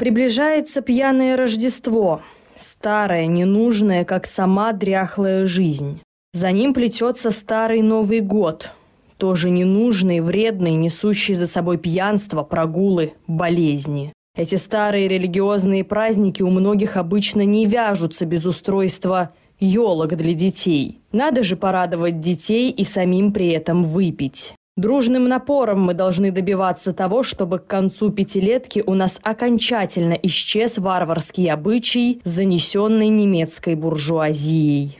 Приближается пьяное Рождество, старое, ненужное, как сама дряхлая жизнь. За ним плетется старый Новый год, тоже ненужный, вредный, несущий за собой пьянство, прогулы, болезни. Эти старые религиозные праздники у многих обычно не вяжутся без устройства елок для детей. Надо же порадовать детей и самим при этом выпить. Дружным напором мы должны добиваться того, чтобы к концу пятилетки у нас окончательно исчез варварский обычай, занесенный немецкой буржуазией.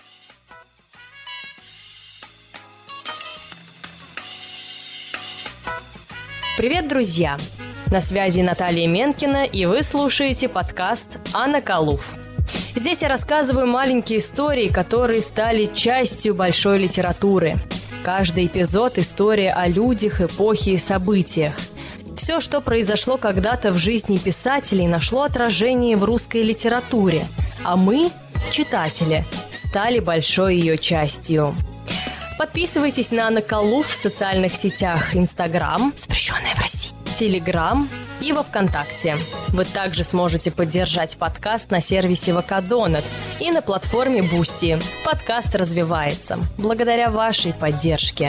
Привет, друзья! На связи Наталья Менкина, и вы слушаете подкаст «Анна Калуф». Здесь я рассказываю маленькие истории, которые стали частью большой литературы. Каждый эпизод – история о людях, эпохе и событиях. Все, что произошло когда-то в жизни писателей, нашло отражение в русской литературе, а мы, читатели, стали большой ее частью. Подписывайтесь на Анна Калуф в социальных сетях Инстаграм, запрещенная в России, Телеграм и во Вконтакте. Вы также сможете поддержать подкаст на сервисе ВК-Донат и на платформе Boosty. Подкаст развивается благодаря вашей поддержке.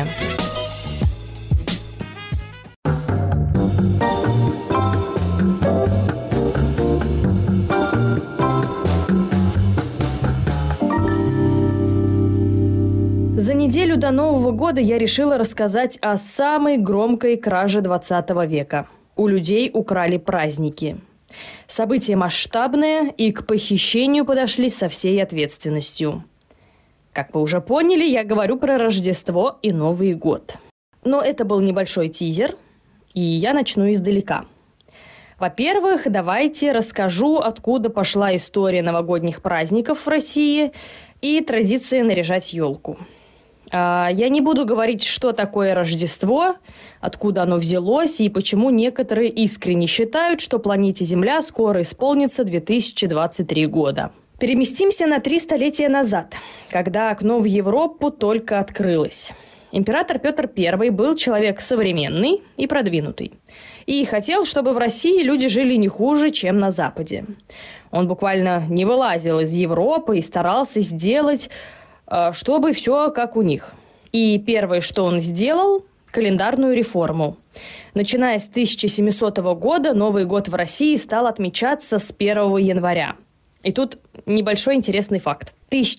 За неделю до Нового года я решила рассказать о самой громкой краже 20 века. У людей украли праздники. Событие масштабное, и к похищению подошли со всей ответственностью. Как вы уже поняли, я говорю про Рождество и Новый год. Но это был небольшой тизер, и я начну издалека. Во-первых, давайте расскажу, откуда пошла история новогодних праздников в России и традиция наряжать елку. Я не буду говорить, что такое Рождество, откуда оно взялось и почему некоторые искренне считают, что планете Земля скоро исполнится 2023 года. Переместимся на 3 столетия назад, когда окно в Европу только открылось. Император Петр I был человек современный и продвинутый. И хотел, чтобы в России люди жили не хуже, чем на Западе. Он буквально не вылазил из Европы и старался сделать, чтобы все как у них. И первое, что он сделал – календарную реформу. Начиная с 1700 года Новый год в России стал отмечаться с 1 января. И тут небольшой интересный факт.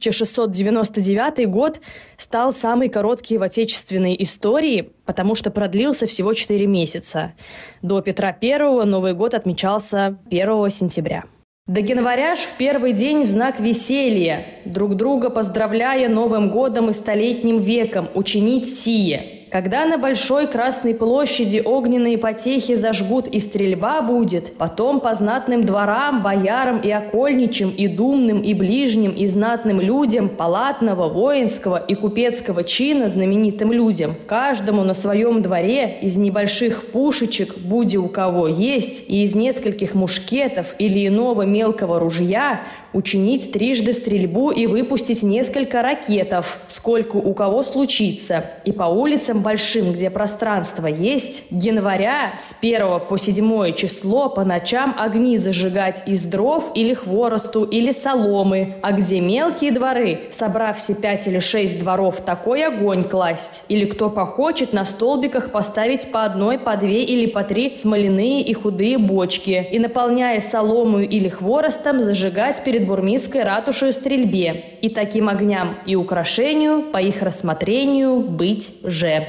1699 год стал самый короткий в отечественной истории, потому что продлился всего 4 месяца. До Петра I Новый год отмечался 1 сентября. До января ж в первый день в знак веселья, друг друга поздравляя Новым годом и столетним веком, учинить сие. Когда на Большой Красной площади огненные потехи зажгут и стрельба будет, потом по знатным дворам, боярам и окольничим, и думным, и ближним, и знатным людям, палатного, воинского и купецкого чина знаменитым людям, каждому на своем дворе из небольших пушечек, буди у кого есть, и из нескольких мушкетов или иного мелкого ружья, учинить трижды стрельбу и выпустить несколько ракетов, сколько у кого случится, и по улицам большим, где пространство есть, января с 1 по 7 число по ночам огни зажигать из дров или хворосту или соломы, а где мелкие дворы, собрав все 5 или 6 дворов, такой огонь класть, или кто похочет на столбиках поставить по 1, по 2 или по 3 смоляные и худые бочки, и, наполняя соломою или хворостом, зажигать перед бурмистской ратушей стрельбе, и таким огням и украшению по их рассмотрению быть же.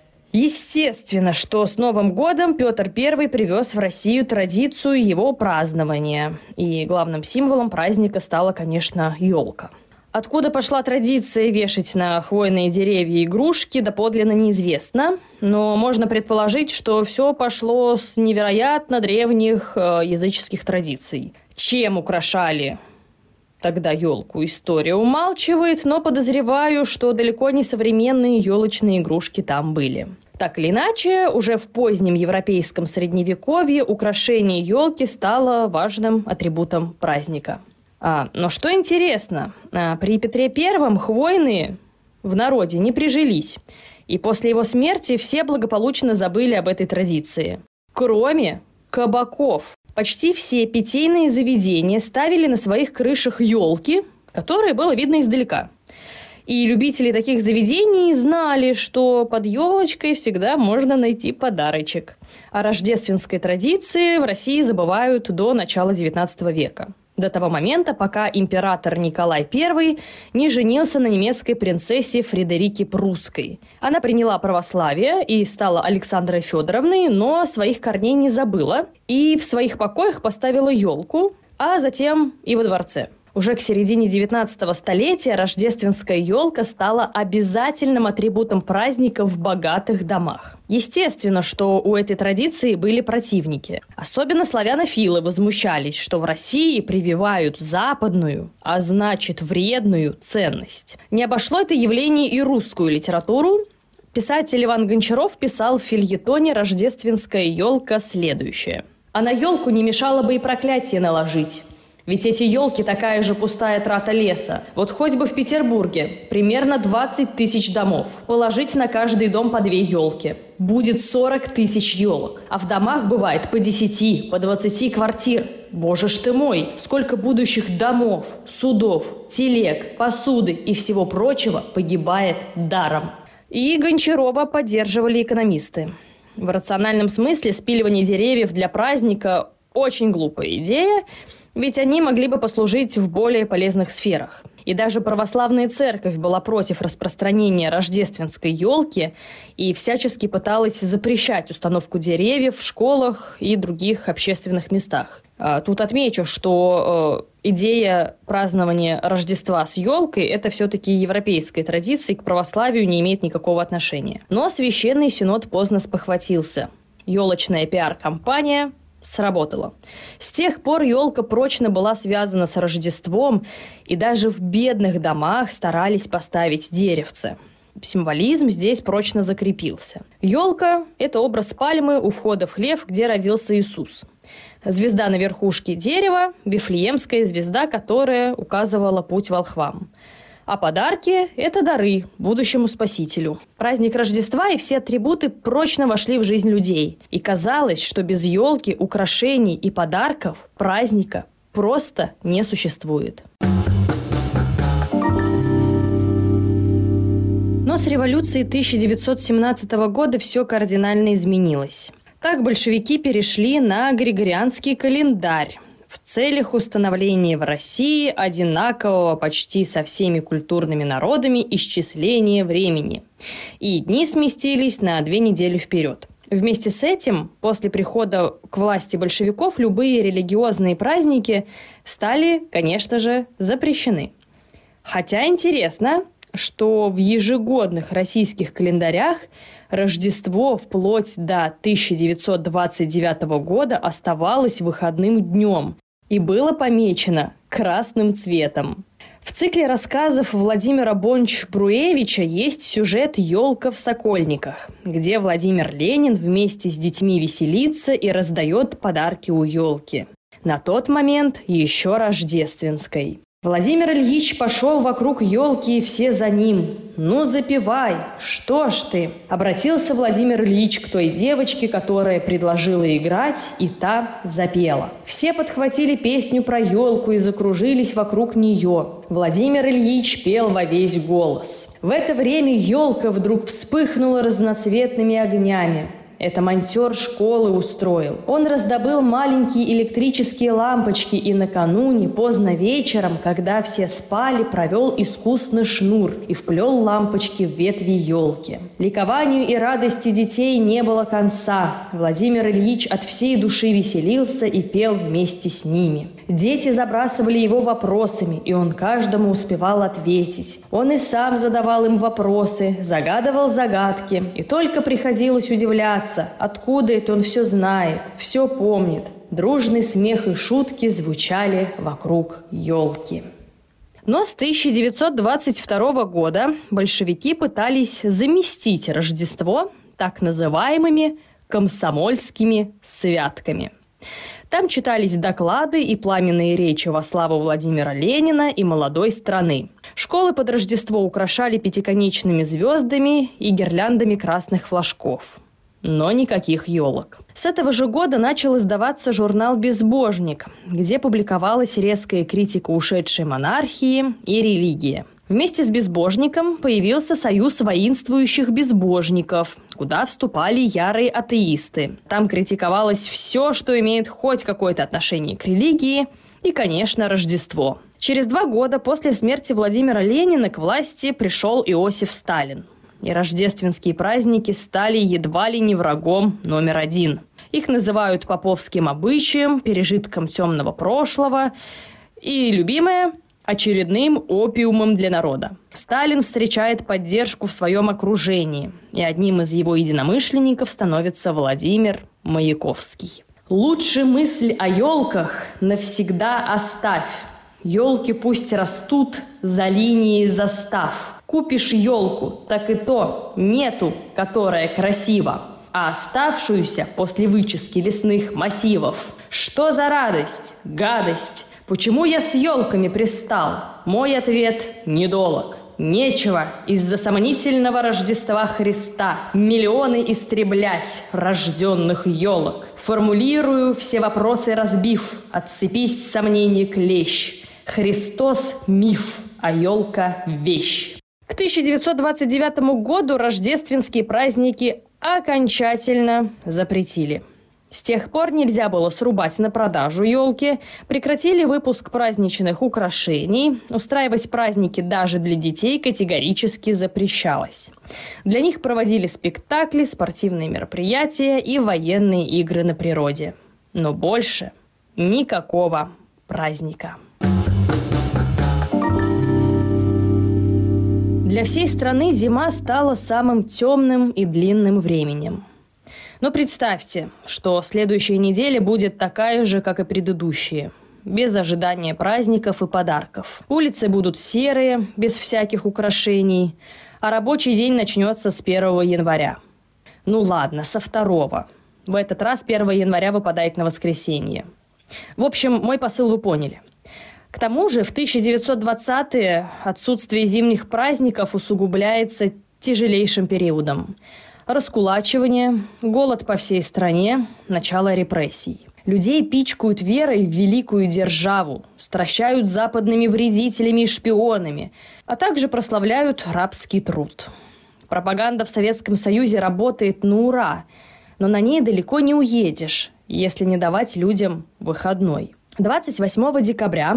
Естественно, что с Новым годом Петр I привез в Россию традицию его празднования. И главным символом праздника стала, конечно, елка. Откуда пошла традиция вешать на хвойные деревья игрушки, доподлинно неизвестно. Но можно предположить, что все пошло с невероятно древних языческих традиций. Чем украшали тогда елку, история умалчивает, но подозреваю, что далеко не современные елочные игрушки там были. Так или иначе, уже в позднем европейском средневековье украшение елки стало важным атрибутом праздника. Но что интересно, при Петре I хвойные в народе не прижились, и после его смерти все благополучно забыли об этой традиции. Кроме кабаков. Почти все питейные заведения ставили на своих крышах елки, которые было видно издалека. И любители таких заведений знали, что под елочкой всегда можно найти подарочек. О рождественской традиции в России забывают до начала XIX века. До того момента, пока император Николай I не женился на немецкой принцессе Фредерике Прусской. Она приняла православие и стала Александрой Федоровной, но своих корней не забыла и в своих покоях поставила елку, а затем и во дворце. Уже к середине 19 столетия рождественская елка стала обязательным атрибутом праздника в богатых домах. Естественно, что у этой традиции были противники. Особенно славянофилы возмущались, что в России прививают западную, а значит вредную ценность. Не обошло это явление и русскую литературу. Писатель Иван Гончаров писал в фельетоне «Рождественская елка» следующее. «А на елку не мешало бы и проклятие наложить. Ведь эти елки такая же пустая трата леса. Вот хоть бы в Петербурге примерно 20 тысяч домов. Положить на каждый дом по 2 елки. Будет 40 тысяч елок. А в домах бывает по 10, по 20 квартир. Боже ж ты мой, сколько будущих домов, судов, телег, посуды и всего прочего погибает даром». И Гончарова поддерживали экономисты. В рациональном смысле спиливание деревьев для праздника – очень глупая идея, ведь они могли бы послужить в более полезных сферах. И даже православная церковь была против распространения рождественской елки и всячески пыталась запрещать установку деревьев в школах и других общественных местах. Тут отмечу, что идея празднования Рождества с елкой – это все-таки европейская традиция и к православию не имеет никакого отношения. Но Священный Синод поздно спохватился. Елочная пиар-компания сработала. С тех пор елка прочно была связана с Рождеством, и даже в бедных домах старались поставить деревце. Символизм здесь прочно закрепился. Елка – это образ пальмы у входа в хлев, где родился Иисус. Звезда на верхушке дерева – Вифлеемская звезда, которая указывала путь волхвам. А подарки – это дары будущему Спасителю. Праздник Рождества и все атрибуты прочно вошли в жизнь людей. И казалось, что без елки, украшений и подарков праздника просто не существует. Но с революцией 1917 года все кардинально изменилось. Так большевики перешли на Григорианский календарь в целях установления в России одинакового почти со всеми культурными народами исчисления времени. И дни сместились на 2 недели вперед. Вместе с этим, после прихода к власти большевиков, любые религиозные праздники стали, конечно же, запрещены. Хотя интересно, что в ежегодных российских календарях Рождество вплоть до 1929 года оставалось выходным днем и было помечено красным цветом. В цикле рассказов Владимира Бонч-Бруевича есть сюжет «Елка в Сокольниках», где Владимир Ленин вместе с детьми веселится и раздает подарки у елки. На тот момент еще рождественской. Владимир Ильич пошел вокруг елки, и все за ним. «Ну, запевай, что ж ты?» Обратился Владимир Ильич к той девочке, которая предложила играть, и та запела. Все подхватили песню про елку и закружились вокруг нее. Владимир Ильич пел во весь голос. В это время елка вдруг вспыхнула разноцветными огнями. Это монтер школы устроил. Он раздобыл маленькие электрические лампочки и накануне, поздно вечером, когда все спали, провел искусный шнур и вплел лампочки в ветви елки. Ликованию и радости детей не было конца. Владимир Ильич от всей души веселился и пел вместе с ними. Дети забрасывали его вопросами, и он каждому успевал ответить. Он и сам задавал им вопросы, загадывал загадки, и только приходилось удивляться, откуда это он все знает, все помнит. Дружный смех и шутки звучали вокруг елки. Но с 1922 года большевики пытались заместить Рождество так называемыми комсомольскими святками. Там читались доклады и пламенные речи во славу Владимира Ленина и молодой страны. Школы под Рождество украшали пятиконечными звездами и гирляндами красных флажков. но никаких елок. С этого же года начал издаваться журнал «Безбожник», где публиковалась резкая критика ушедшей монархии и религии. Вместе с «Безбожником» появился союз воинствующих безбожников, куда вступали ярые атеисты. Там критиковалось все, что имеет хоть какое-то отношение к религии, и, конечно, Рождество. Через 2 года после смерти Владимира Ленина к власти пришел Иосиф Сталин. И рождественские праздники стали едва ли не врагом номер 1. Их называют поповским обычаем, пережитком темного прошлого и, любимое, очередным опиумом для народа. Сталин встречает поддержку в своем окружении, и одним из его единомышленников становится Владимир Маяковский. «Лучше мысль о елках навсегда оставь. Елки пусть растут за линией застав. Купишь елку, так и то нету, которая красива, а оставшуюся после вычистки лесных массивов. Что за радость, гадость? Почему я с елками пристал? Мой ответ недолог. Нечего из-за сомнительного Рождества Христа миллионы истреблять рожденных елок. Формулирую все вопросы разбив, отцепись сомнений клещ. Христос – миф, а елка – вещь». К 1929 году рождественские праздники окончательно запретили. С тех пор нельзя было срубать на продажу елки, прекратили выпуск праздничных украшений, устраивать праздники даже для детей категорически запрещалось. Для них проводили спектакли, спортивные мероприятия и военные игры на природе. Но больше никакого праздника. Для всей страны зима стала самым темным и длинным временем. Но представьте, что следующая неделя будет такая же, как и предыдущие, без ожидания праздников и подарков. Улицы будут серые, без всяких украшений, а рабочий день начнется с 1 января. Ну ладно, со 2. В этот раз 1 января выпадает на воскресенье. В общем, мой посыл вы поняли. К тому же в 1920-е отсутствие зимних праздников усугубляется тяжелейшим периодом. Раскулачивание, голод по всей стране, начало репрессий. Людей пичкают верой в великую державу, стращают западными вредителями и шпионами, а также прославляют рабский труд. Пропаганда в Советском Союзе работает на ура, но на ней далеко не уедешь, если не давать людям выходной. 28 декабря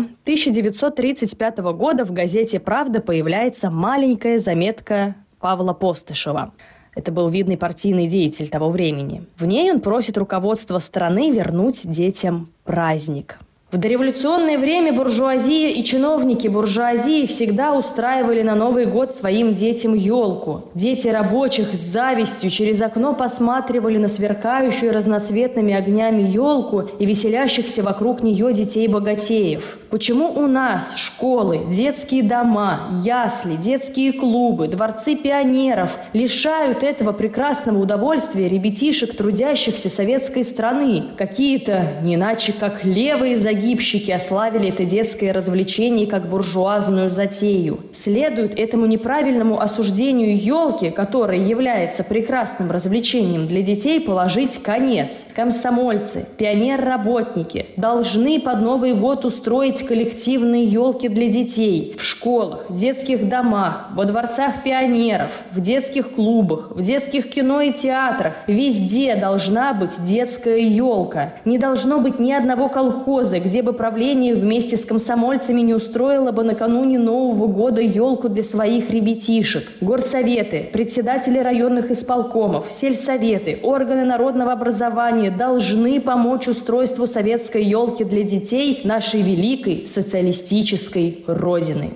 1935 года в газете «Правда» появляется маленькая заметка Павла Постышева. Это был видный партийный деятель того времени. В ней он просит руководство страны вернуть детям праздник. В дореволюционное время буржуазия и чиновники буржуазии всегда устраивали на Новый год своим детям елку. Дети рабочих с завистью через окно посматривали на сверкающую разноцветными огнями елку и веселящихся вокруг нее детей-богатеев. Почему у нас школы, детские дома, ясли, детские клубы, дворцы пионеров лишают этого прекрасного удовольствия ребятишек, трудящихся советской страны? Какие-то, не иначе как левые загибщики, ославили это детское развлечение как буржуазную затею. Следует этому неправильному осуждению елки, которая является прекрасным развлечением для детей, положить конец. Комсомольцы, пионер-работники должны под Новый год устроить коллективные елки для детей в школах, детских домах, во дворцах пионеров, в детских клубах, в детских кино и театрах. Везде должна быть детская елка. Не должно быть ни одного колхоза, где бы правление вместе с комсомольцами не устроило бы накануне Нового года елку для своих ребятишек. Горсоветы, председатели районных исполкомов, сельсоветы, органы народного образования должны помочь устройству советской елки для детей нашей великой социалистической Родины.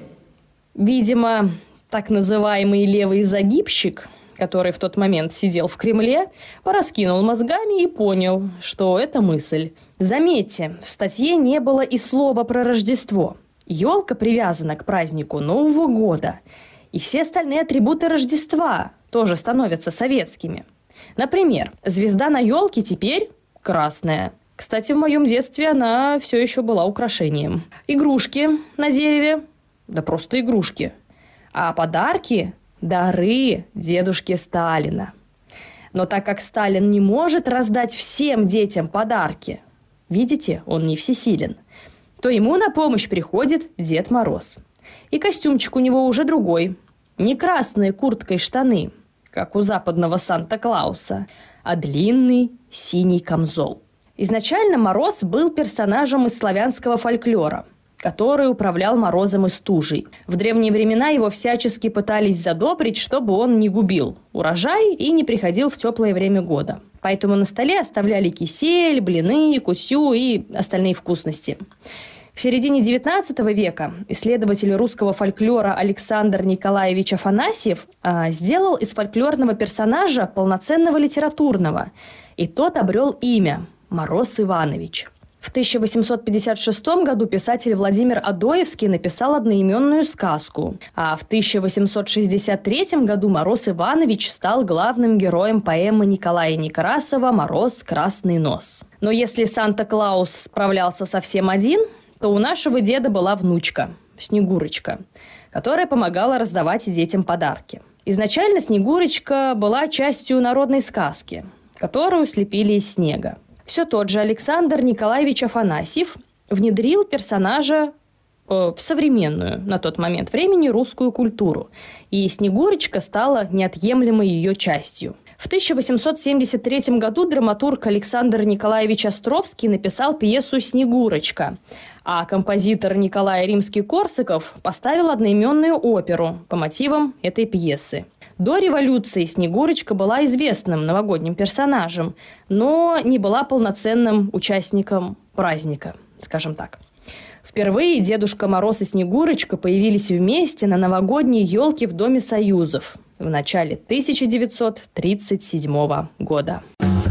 Видимо, так называемый левый загибщик, который в тот момент сидел в Кремле, пораскинул мозгами и понял, что это мысль. Заметьте, в статье не было и слова про Рождество. Елка привязана к празднику Нового года, и все остальные атрибуты Рождества тоже становятся советскими. Например, звезда на елке теперь красная. Кстати, в моем детстве она все еще была украшением. Игрушки на дереве, да просто игрушки. А подарки – дары дедушки Сталина. Но так как Сталин не может раздать всем детям подарки, видите, он не всесилен, то ему на помощь приходит Дед Мороз. И костюмчик у него уже другой. Не красные куртка и штаны, как у западного Санта-Клауса, а длинный синий камзол. Изначально Мороз был персонажем из славянского фольклора, который управлял морозом и стужей. В древние времена его всячески пытались задобрить, чтобы он не губил урожай и не приходил в теплое время года. Поэтому на столе оставляли кисель, блины, кутью и остальные вкусности. В середине XIX века исследователь русского фольклора Александр Николаевич Афанасьев сделал из фольклорного персонажа полноценного литературного, и тот обрел имя – Мороз Иванович. В 1856 году писатель Владимир Адоевский написал одноименную сказку, а в 1863 году Мороз Иванович стал главным героем поэмы Николая Некрасова «Мороз, красный нос». Но если Санта-Клаус справлялся совсем один, то у нашего деда была внучка, Снегурочка, которая помогала раздавать детям подарки. Изначально Снегурочка была частью народной сказки, которую слепили из снега. Все тот же Александр Николаевич Афанасьев внедрил персонажа в современную на тот момент времени русскую культуру, и Снегурочка стала неотъемлемой ее частью. В 1873 году драматург Александр Николаевич Островский написал пьесу «Снегурочка», а композитор Николай Римский-Корсаков поставил одноименную оперу по мотивам этой пьесы. До революции Снегурочка была известным новогодним персонажем, но не была полноценным участником праздника, скажем так. Впервые Дедушка Мороз и Снегурочка появились вместе на новогодней елке в Доме Союзов в начале 1937 года.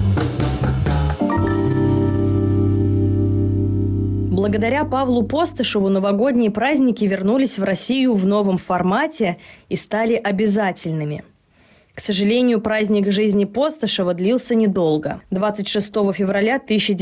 Благодаря Павлу Постышеву новогодние праздники вернулись в Россию в новом формате и стали обязательными. К сожалению, праздник жизни Постышева длился недолго. 26 февраля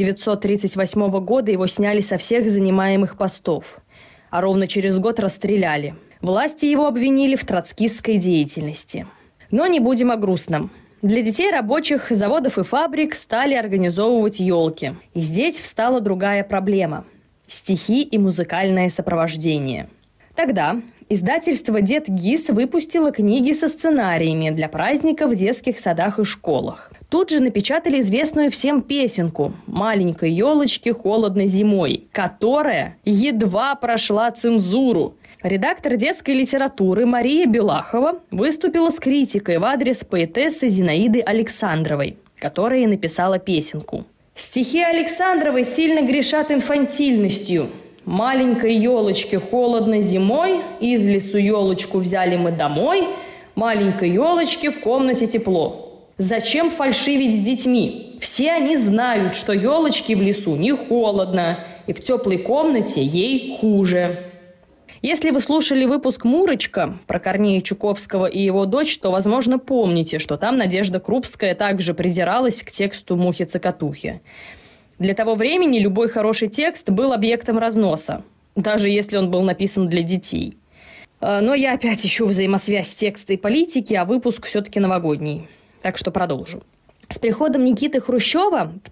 1938 года его сняли со всех занимаемых постов, а ровно через год расстреляли. Власти его обвинили в троцкистской деятельности. Но не будем о грустном. Для детей рабочих заводов и фабрик стали организовывать елки. И здесь встала другая проблема – стихи и музыкальное сопровождение. Тогда издательство «Дед Гис» выпустило книги со сценариями для праздника в детских садах и школах. Тут же напечатали известную всем песенку «Маленькой елочке холодно зимой», которая едва прошла цензуру. Редактор детской литературы Мария Белахова выступила с критикой в адрес поэтессы Зинаиды Александровой, которая и написала песенку. Стихи Александровой сильно грешат инфантильностью. Маленькой елочке холодно зимой, из лесу елочку взяли мы домой, маленькой елочке в комнате тепло. Зачем фальшивить с детьми? Все они знают, что елочке в лесу не холодно, и в теплой комнате ей хуже. Если вы слушали выпуск «Мурочка» про Корнея Чуковского и его дочь, то, возможно, помните, что там Надежда Крупская также придиралась к тексту «Мухи-цокотухи». Для того времени любой хороший текст был объектом разноса, даже если он был написан для детей. Но я опять ищу взаимосвязь текста и политики, а выпуск все-таки новогодний. Так что продолжу. С приходом Никиты Хрущева в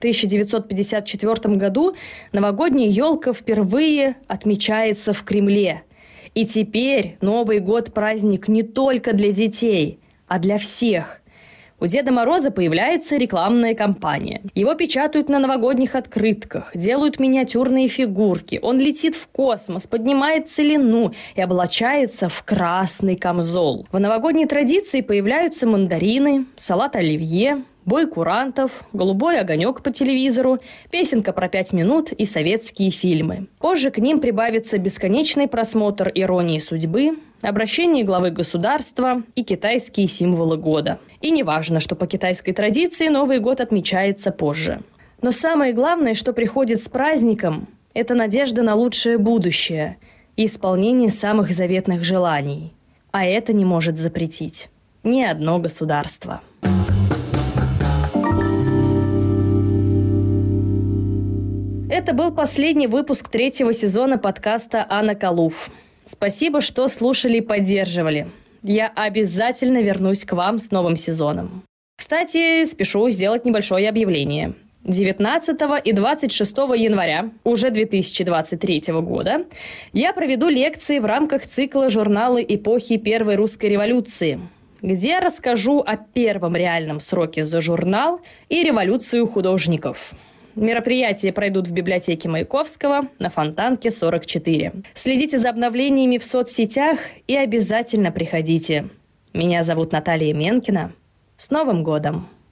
1954 году новогодняя елка впервые отмечается в Кремле. И теперь Новый год – праздник не только для детей, а для всех. У Деда Мороза появляется рекламная кампания. Его печатают на новогодних открытках, делают миниатюрные фигурки. Он летит в космос, поднимает целину и облачается в красный камзол. В новогодней традиции появляются мандарины, салат оливье, бой курантов, голубой огонек по телевизору, песенка про 5 минут и советские фильмы. Позже к ним прибавится бесконечный просмотр «Иронии судьбы», обращение главы государства и китайские символы года. И не важно, что по китайской традиции Новый год отмечается позже. Но самое главное, что приходит с праздником, это надежда на лучшее будущее и исполнение самых заветных желаний. А это не может запретить ни одно государство. Это был последний выпуск 3-го сезона подкаста «Анна Калуф». Спасибо, что слушали и поддерживали. Я обязательно вернусь к вам с новым сезоном. Кстати, спешу сделать небольшое объявление. 19 и 26 января уже 2023 года я проведу лекции в рамках цикла «Журналы эпохи Первой русской революции», где расскажу о первом реальном сроке за журнал и революцию художников. Мероприятия пройдут в библиотеке Маяковского на Фонтанке, 44. Следите за обновлениями в соцсетях и обязательно приходите. Меня зовут Наталья Менкина. С Новым годом!